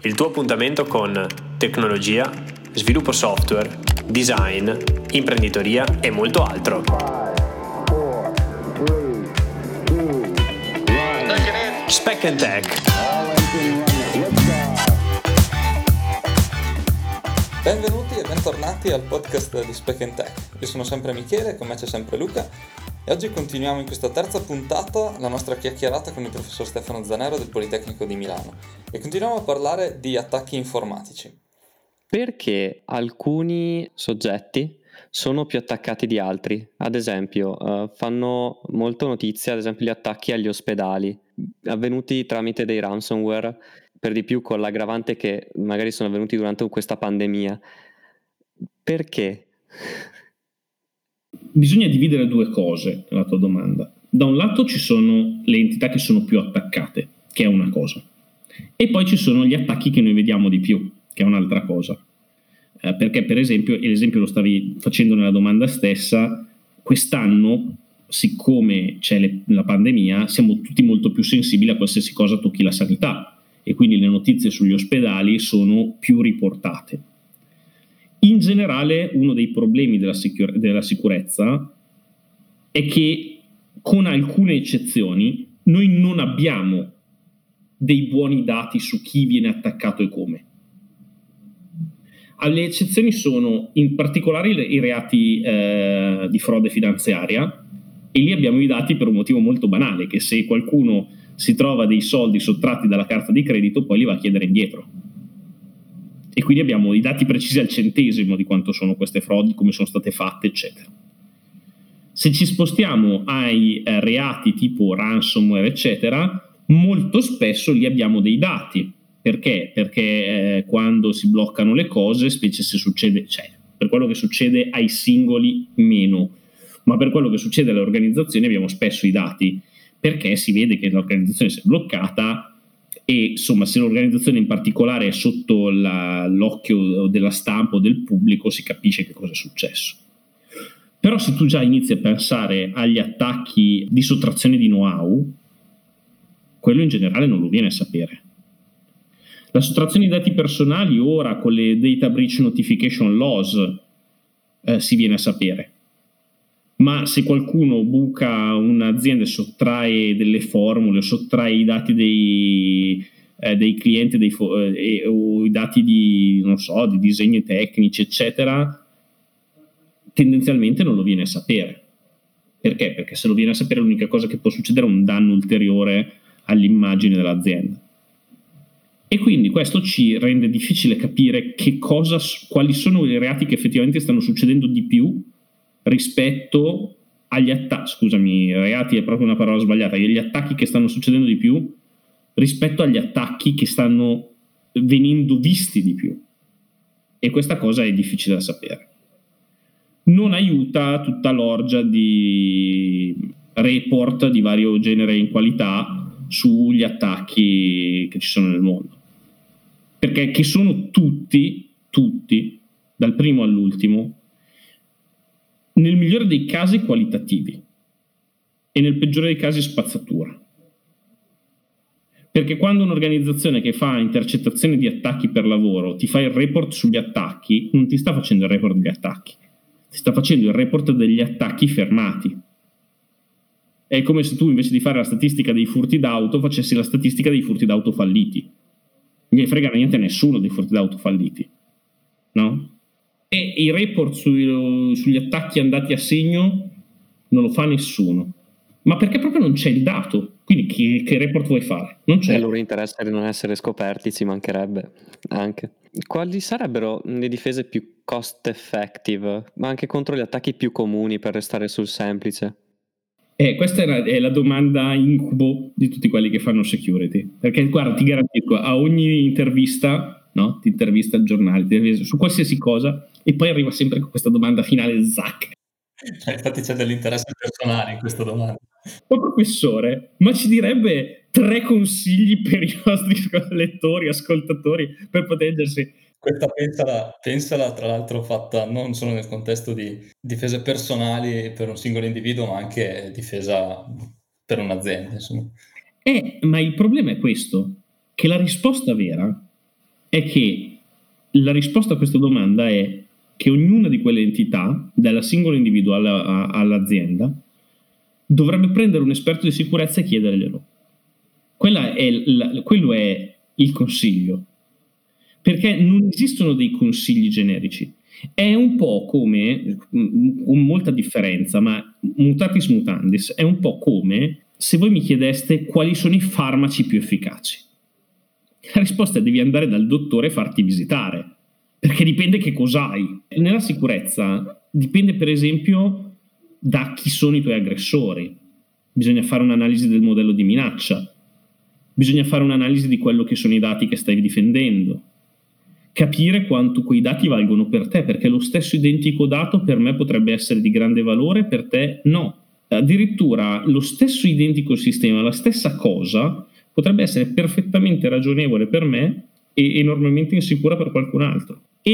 il tuo appuntamento con tecnologia, sviluppo software, design, imprenditoria e molto altro. Spec and Tech. Benvenuti e bentornati al podcast di Spec and Tech. Io sono sempre Michele, con me c'è sempre Luca e oggi continuiamo in questa terza puntata la nostra chiacchierata con il professor Stefano Zanero del Politecnico di Milano e continuiamo a parlare di attacchi informatici. Perché alcuni soggetti sono più attaccati di altri? Ad esempio, fanno molto notizia, ad esempio, gli attacchi agli ospedali, avvenuti tramite dei ransomware, per di più con l'aggravante che magari sono avvenuti durante questa pandemia. Perché? Bisogna dividere due cose nella tua domanda. Da un lato ci sono le entità che sono più attaccate, che è una cosa, e poi ci sono gli attacchi che noi vediamo di più, che è un'altra cosa. Perché per esempio, e l'esempio lo stavi facendo nella domanda stessa, quest'anno, siccome c'è la pandemia, siamo tutti molto più sensibili a qualsiasi cosa tocchi la sanità e quindi le notizie sugli ospedali sono più riportate. In generale, uno dei problemi della sicurezza è che, con alcune eccezioni, noi non abbiamo dei buoni dati su chi viene attaccato e come. Le eccezioni sono in particolare i reati di frode finanziaria, e lì abbiamo i dati per un motivo molto banale, che se qualcuno si trova dei soldi sottratti dalla carta di credito poi li va a chiedere indietro. E quindi abbiamo i dati precisi al centesimo di quanto sono queste frodi, come sono state fatte, eccetera. Se ci spostiamo ai reati tipo ransomware, eccetera, molto spesso lì abbiamo dei dati. Perché? Perché quando si bloccano le cose, specie se succede, cioè per quello che succede ai singoli meno, ma per quello che succede alle organizzazioni abbiamo spesso i dati, perché si vede che l'organizzazione si è bloccata e insomma se l'organizzazione in particolare è sotto l'occhio della stampa o del pubblico si capisce che cosa è successo. Però se tu già inizi a pensare agli attacchi di sottrazione di know-how, quello in generale non lo viene a sapere. La sottrazione di dati personali ora con le data breach notification laws si viene a sapere, ma se qualcuno buca un'azienda e sottrae delle formule o sottrae i dati dei clienti o i dati di, non so, di disegni tecnici eccetera, tendenzialmente non lo viene a sapere. Perché? Perché se lo viene a sapere l'unica cosa che può succedere è un danno ulteriore all'immagine dell'azienda. E quindi questo ci rende difficile capire quali sono i reati che effettivamente stanno succedendo di più rispetto agli attacchi, reati è proprio una parola sbagliata, gli attacchi che stanno succedendo di più rispetto agli attacchi che stanno venendo visti di più. E questa cosa è difficile da sapere. Non aiuta tutta l'orgia di report di vario genere in qualità sugli attacchi che ci sono nel mondo, perché che sono tutti, dal primo all'ultimo, nel migliore dei casi qualitativi e nel peggiore dei casi spazzatura. Perché quando un'organizzazione che fa intercettazioni di attacchi per lavoro ti fa il report sugli attacchi, non ti sta facendo il report degli attacchi, ti sta facendo il report degli attacchi fermati. È come se tu invece di fare la statistica dei furti d'auto facessi la statistica dei furti d'auto falliti. Non gli frega niente a nessuno dei furti d'auto falliti, no? E i report sugli attacchi andati a segno non lo fa nessuno, ma perché proprio non c'è il dato. Quindi che report vuoi fare? Non c'è. Il loro interesse di non essere scoperti, ci mancherebbe anche. Quali sarebbero le difese più cost effective, ma anche contro gli attacchi più comuni, per restare sul semplice? Questa è la domanda incubo di tutti quelli che fanno security, perché guarda, ti garantisco, a ogni intervista, no? Ti intervista il giornale, su qualsiasi cosa, e poi arriva sempre con questa domanda finale, zac. Infatti c'è dell'interesse personale in questa domanda. Ma professore, ma ci direbbe 3 consigli per i nostri lettori, ascoltatori, per proteggersi? Questa pensala tra l'altro fatta non solo nel contesto di difese personali per un singolo individuo, ma anche difesa per un'azienda, insomma. Ma il problema è questo, che la risposta vera è che la risposta a questa domanda è che ognuna di quelle entità, dalla singola individuo all'azienda, dovrebbe prendere un esperto di sicurezza e chiederglielo. Quello è il consiglio, perché non esistono dei consigli generici. È un po' come, con molta differenza, ma mutatis mutandis, è un po' come se voi mi chiedeste quali sono i farmaci più efficaci. La risposta è: devi andare dal dottore e farti visitare, perché dipende che cos'hai. Nella sicurezza dipende, per esempio, da chi sono i tuoi aggressori. Bisogna fare un'analisi del modello di minaccia, bisogna fare un'analisi di quello che sono i dati che stai difendendo, capire quanto quei dati valgono per te, perché lo stesso identico dato per me potrebbe essere di grande valore, per te no. Addirittura lo stesso identico sistema, la stessa cosa, potrebbe essere perfettamente ragionevole per me e enormemente insicura per qualcun altro. E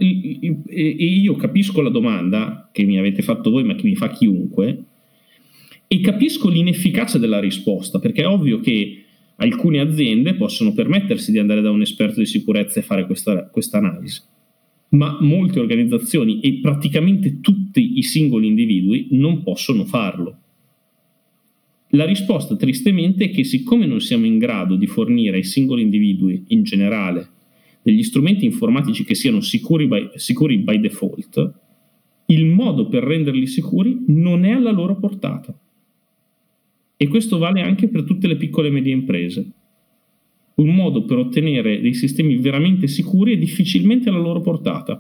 io capisco la domanda che mi avete fatto voi, ma che mi fa chiunque, e capisco l'inefficacia della risposta, perché è ovvio che alcune aziende possono permettersi di andare da un esperto di sicurezza e fare questa analisi, ma molte organizzazioni e praticamente tutti i singoli individui non possono farlo. La risposta, tristemente, è che siccome non siamo in grado di fornire ai singoli individui in generale degli strumenti informatici che siano sicuri by default, il modo per renderli sicuri non è alla loro portata. E questo vale anche per tutte le piccole e medie imprese. Un modo per ottenere dei sistemi veramente sicuri è difficilmente alla loro portata.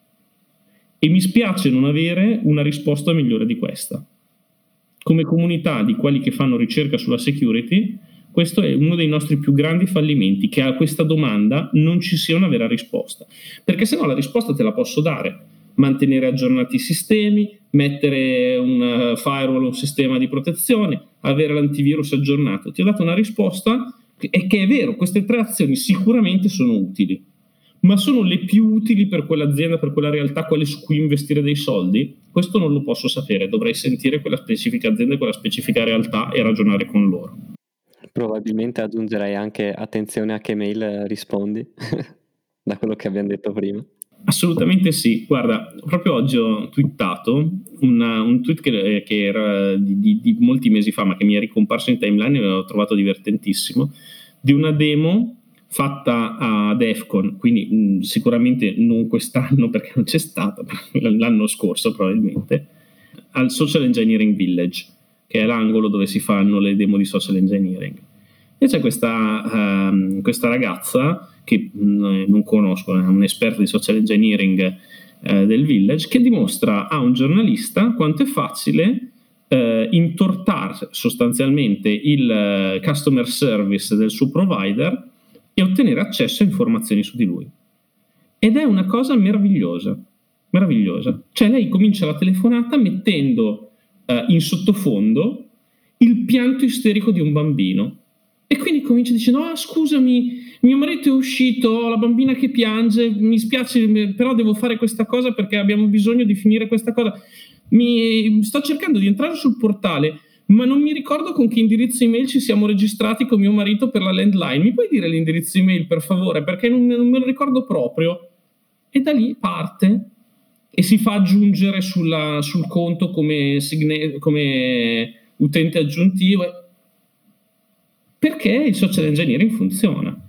E mi spiace non avere una risposta migliore di questa. Come comunità di quelli che fanno ricerca sulla security, questo è uno dei nostri più grandi fallimenti, che a questa domanda non ci sia una vera risposta. Perché se no la risposta te la posso dare: mantenere aggiornati i sistemi, mettere un firewall, un sistema di protezione, avere l'antivirus aggiornato. Ti ho dato una risposta che è vero, queste 3 azioni sicuramente sono utili, ma sono le più utili per quell'azienda, per quella realtà, quelle su cui investire dei soldi? Questo non lo posso sapere, dovrei sentire quella specifica azienda, quella specifica realtà e ragionare con loro. Probabilmente aggiungerei anche attenzione a che mail rispondi, da quello che abbiamo detto prima. Assolutamente sì. Guarda, proprio oggi ho twittato un tweet che era di molti mesi fa, ma che mi è ricomparso in timeline e l'ho trovato divertentissimo, di una demo fatta a DEFCON, quindi sicuramente non quest'anno perché non c'è stata, l'anno scorso probabilmente, al Social Engineering Village, che è l'angolo dove si fanno le demo di social engineering. E c'è questa ragazza che non conosco, è un esperto di social engineering del Village, che dimostra a un giornalista quanto è facile intortare sostanzialmente il customer service del suo provider e ottenere accesso a informazioni su di lui. Ed è una cosa meravigliosa. Cioè lei comincia la telefonata mettendo in sottofondo il pianto isterico di un bambino. E quindi comincia dicendo: scusami, mio marito è uscito, ho la bambina che piange, mi spiace, però devo fare questa cosa perché abbiamo bisogno di finire questa cosa. Sto cercando di entrare sul portale, ma non mi ricordo con che indirizzo email ci siamo registrati con mio marito per la landline. Mi puoi dire l'indirizzo email, per favore? Perché non me lo ricordo proprio. E da lì parte e si fa aggiungere sul conto come utente aggiuntivo, perché il social engineering funziona.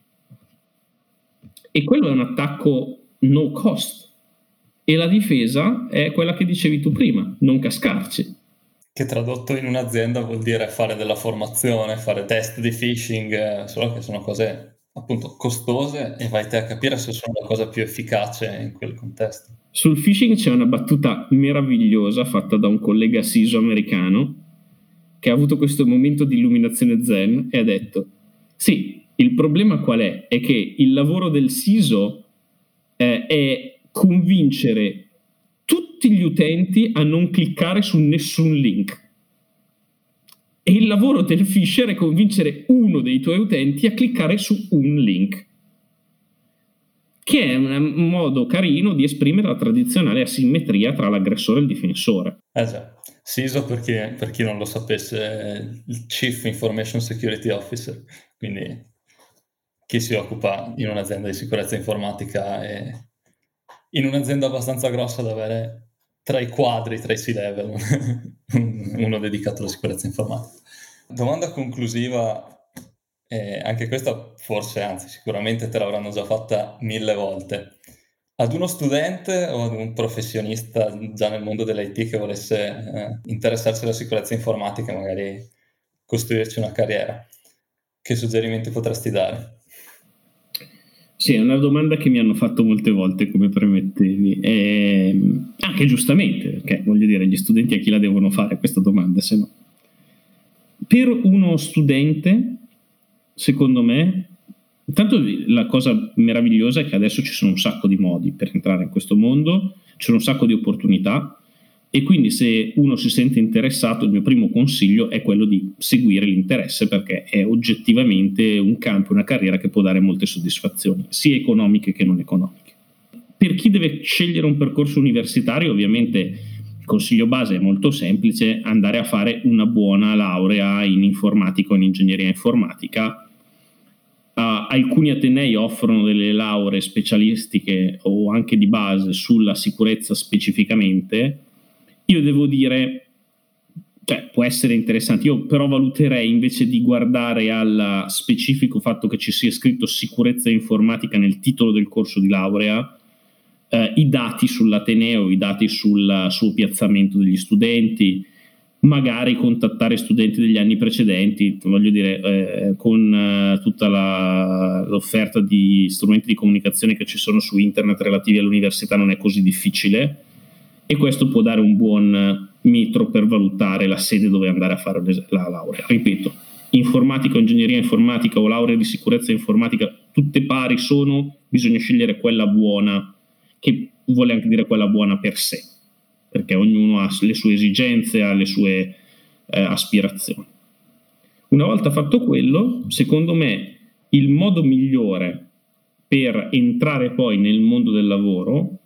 E quello è un attacco no cost. E la difesa è quella che dicevi tu prima: non cascarci. Che tradotto in un'azienda vuol dire fare della formazione, fare test di phishing, solo che sono cose appunto costose e vai te a capire se sono la cosa più efficace in quel contesto. Sul phishing c'è una battuta meravigliosa fatta da un collega CISO americano che ha avuto questo momento di illuminazione zen e ha detto: sì, il problema qual è? È che il lavoro del CISO è convincere tutti gli utenti a non cliccare su nessun link, e il lavoro del fisher è convincere uno dei tuoi utenti a cliccare su un link, che è un modo carino di esprimere la tradizionale asimmetria tra l'aggressore e il difensore. Già, CISO, per chi non lo sapesse, è il Chief Information Security Officer, quindi chi si occupa in un'azienda di sicurezza informatica e in un'azienda abbastanza grossa da avere tra i quadri, tra i C-level, uno dedicato alla sicurezza informatica. Domanda conclusiva, anche questa forse, anzi sicuramente te l'avranno già fatta 1000 volte. Ad uno studente o ad un professionista già nel mondo dell'IT che volesse interessarsi alla sicurezza informatica, magari costruirci una carriera, che suggerimenti potresti dare? Sì, è una domanda che mi hanno fatto molte volte, come premettevi, anche giustamente, perché voglio dire, gli studenti a chi la devono fare questa domanda, se no. Per uno studente, secondo me, intanto la cosa meravigliosa è che adesso ci sono un sacco di modi per entrare in questo mondo, ci sono un sacco di opportunità, e quindi se uno si sente interessato, il mio primo consiglio è quello di seguire l'interesse, perché è oggettivamente un campo, una carriera che può dare molte soddisfazioni, sia economiche che non economiche. Per chi deve scegliere un percorso universitario, ovviamente il consiglio base è molto semplice: andare a fare una buona laurea in informatica o in ingegneria informatica. Alcuni atenei offrono delle lauree specialistiche o anche di base sulla sicurezza specificamente. Io devo dire, può essere interessante, io però valuterei, invece di guardare al specifico fatto che ci sia scritto sicurezza informatica nel titolo del corso di laurea, i dati sull'ateneo, i dati sul suo piazzamento degli studenti, magari contattare studenti degli anni precedenti, voglio dire, con tutta l'offerta di strumenti di comunicazione che ci sono su internet relativi all'università non è così difficile, e questo può dare un buon metro per valutare la sede dove andare a fare la laurea. Ripeto, informatica, ingegneria informatica o laurea di sicurezza informatica, tutte pari sono, bisogna scegliere quella buona, che vuole anche dire quella buona per sé, perché ognuno ha le sue esigenze, ha le sue aspirazioni. Una volta fatto quello, secondo me il modo migliore per entrare poi nel mondo del lavoro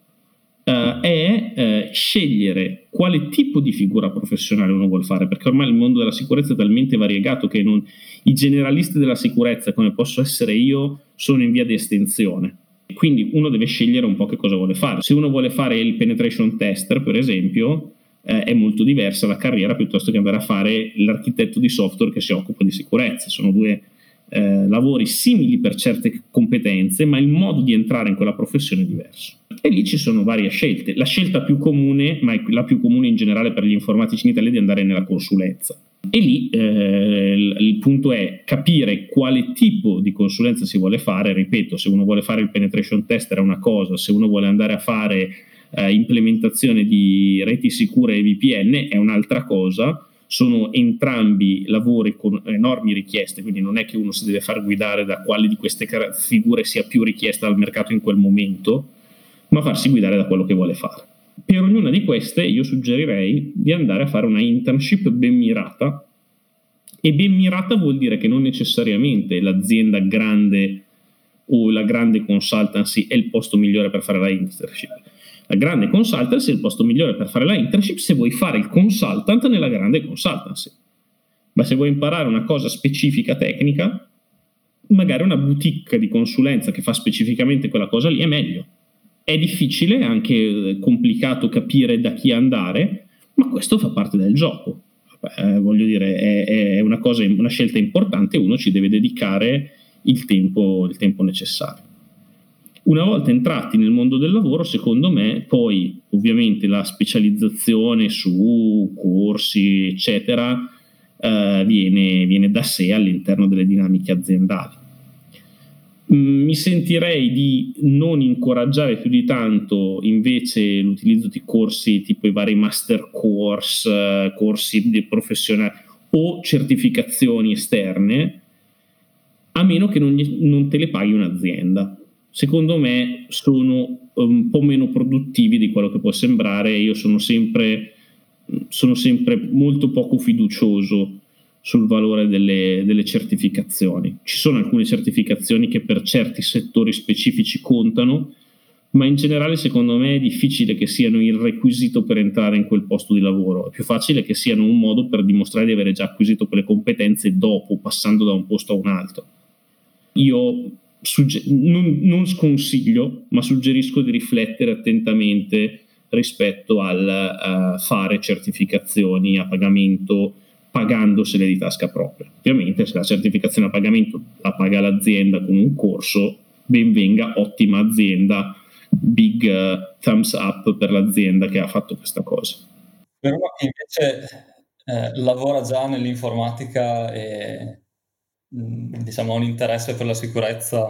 è scegliere quale tipo di figura professionale uno vuole fare, perché ormai il mondo della sicurezza è talmente variegato che i generalisti della sicurezza, come posso essere io, sono in via di estinzione. Quindi uno deve scegliere un po' che cosa vuole fare. Se uno vuole fare il penetration tester, per esempio, è molto diversa la carriera piuttosto che andare a fare l'architetto di software che si occupa di sicurezza. Sono due lavori simili per certe competenze, ma il modo di entrare in quella professione è diverso. E lì ci sono varie scelte. La scelta più comune, ma è la più comune in generale per gli informatici in Italia, è di andare nella consulenza. E lì il punto è capire quale tipo di consulenza si vuole fare. Ripeto, se uno vuole fare il penetration tester è una cosa, se uno vuole andare a fare implementazione di reti sicure e VPN è un'altra cosa. Sono entrambi lavori con enormi richieste, quindi non è che uno si deve far guidare da quale di queste figure sia più richiesta dal mercato in quel momento, ma farsi guidare da quello che vuole fare. Per ognuna di queste io suggerirei di andare a fare una internship ben mirata, e ben mirata vuol dire che non necessariamente l'azienda grande o la grande consultancy è il posto migliore per fare la internship. La grande consultancy è il posto migliore per fare la internship se vuoi fare il consultant nella grande consultancy. Ma se vuoi imparare una cosa specifica tecnica, magari una boutique di consulenza che fa specificamente quella cosa lì è meglio. È difficile, è anche complicato capire da chi andare, ma questo fa parte del gioco. Voglio dire, è una scelta importante, uno ci deve dedicare il tempo necessario. Una volta entrati nel mondo del lavoro, secondo me, poi ovviamente la specializzazione su corsi, eccetera, viene da sé all'interno delle dinamiche aziendali. Mi sentirei di non incoraggiare più di tanto invece l'utilizzo di corsi tipo i vari master course, corsi di professionali o certificazioni esterne, a meno che non te le paghi un'azienda. Secondo me sono un po' meno produttivi di quello che può sembrare. Io sono sempre molto poco fiducioso sul valore delle certificazioni. Ci sono alcune certificazioni che per certi settori specifici contano, ma in generale secondo me è difficile che siano il requisito per entrare in quel posto di lavoro. È più facile che siano un modo per dimostrare di avere già acquisito quelle competenze dopo, passando da un posto a un altro. Io non sconsiglio, ma suggerisco di riflettere attentamente rispetto al fare certificazioni a pagamento pagandosele di tasca propria. Ovviamente se la certificazione a pagamento la paga l'azienda con un corso, ben venga, ottima azienda, big thumbs up per l'azienda che ha fatto questa cosa. Per uno che invece lavora già nell'informatica e diciamo ha un interesse per la sicurezza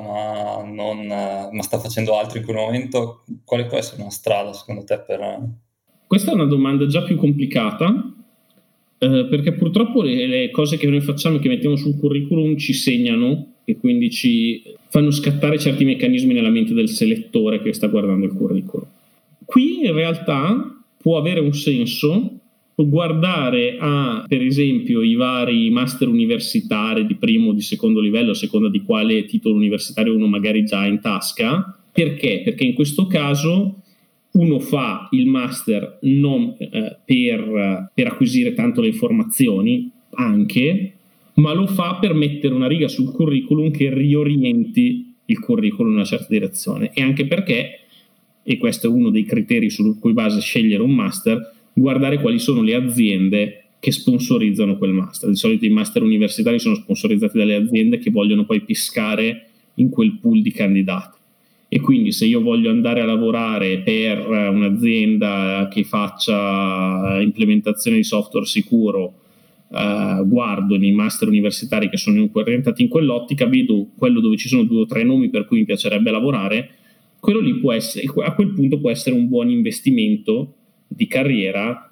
ma sta facendo altro in quel momento, quale può essere una strada secondo te per... Questa è una domanda già più complicata, perché purtroppo le cose che noi facciamo e che mettiamo sul curriculum ci segnano e quindi ci fanno scattare certi meccanismi nella mente del selettore che sta guardando il curriculum. Qui in realtà può avere un senso guardare a, per esempio, i vari master universitari di primo o di secondo livello, a seconda di quale titolo universitario uno magari già ha in tasca. Perché? Perché in questo caso uno fa il master non per acquisire tanto le informazioni, anche, ma lo fa per mettere una riga sul curriculum che riorienti il curriculum in una certa direzione. E anche perché, e questo è uno dei criteri su cui base scegliere un master, guardare quali sono le aziende che sponsorizzano quel master. Di solito i master universitari sono sponsorizzati dalle aziende che vogliono poi pescare in quel pool di candidati. E quindi se io voglio andare a lavorare per un'azienda che faccia implementazione di software sicuro, guardo nei master universitari che sono orientati in quell'ottica, vedo quello dove ci sono 2 o 3 nomi per cui mi piacerebbe lavorare, quello lì può essere, a quel punto può essere un buon investimento di carriera,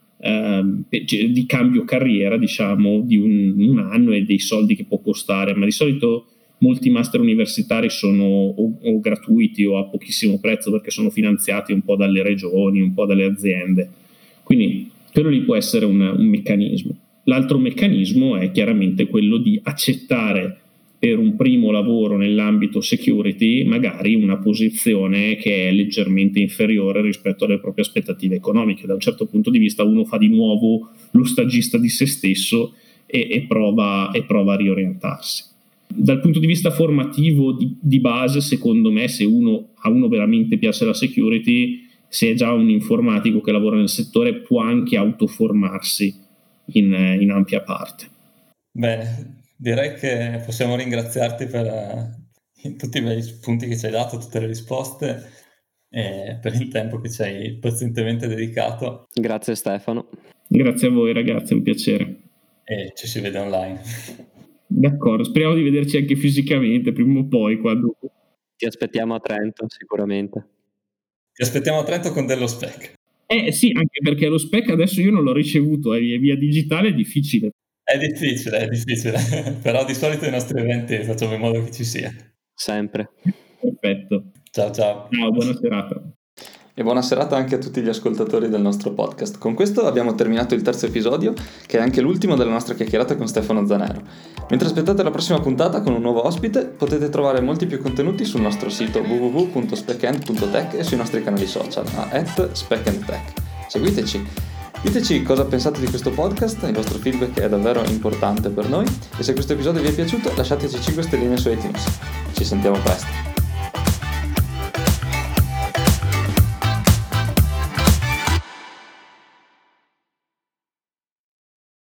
di cambio carriera, diciamo, di un anno e dei soldi che può costare, ma di solito molti master universitari sono o gratuiti o a pochissimo prezzo perché sono finanziati un po' dalle regioni, un po' dalle aziende. Quindi quello lì può essere un meccanismo. L'altro meccanismo è chiaramente quello di accettare per un primo lavoro nell'ambito security magari una posizione che è leggermente inferiore rispetto alle proprie aspettative economiche. Da un certo punto di vista uno fa di nuovo lo stagista di se stesso e prova a riorientarsi. Dal punto di vista formativo di base, secondo me, se a uno veramente piace la security, se è già un informatico che lavora nel settore, può anche autoformarsi in ampia parte. Bene, direi che possiamo ringraziarti per tutti i bei punti che ci hai dato, tutte le risposte e per il tempo che ci hai pazientemente dedicato. Grazie Stefano. Grazie a voi ragazzi, è un piacere. E ci si vede online. D'accordo, speriamo di vederci anche fisicamente prima o poi. Quando... Ti aspettiamo a Trento sicuramente. Ti aspettiamo a Trento con dello spec. Sì, anche perché lo spec adesso io non l'ho ricevuto, via digitale è difficile. È difficile, però di solito i nostri eventi facciamo in modo che ci sia. Sempre. Perfetto. Ciao. Ciao, buona serata. E buona serata anche a tutti gli ascoltatori del nostro podcast. Con questo abbiamo terminato il terzo episodio, che è anche l'ultimo della nostra chiacchierata con Stefano Zanero. Mentre aspettate la prossima puntata con un nuovo ospite, potete trovare molti più contenuti sul nostro sito www.specend.tech e sui nostri canali social a @specandtech. Seguiteci. Diteci cosa pensate di questo podcast, il vostro feedback è davvero importante per noi e se questo episodio vi è piaciuto lasciateci 5 stelline su iTunes. Ci sentiamo presto.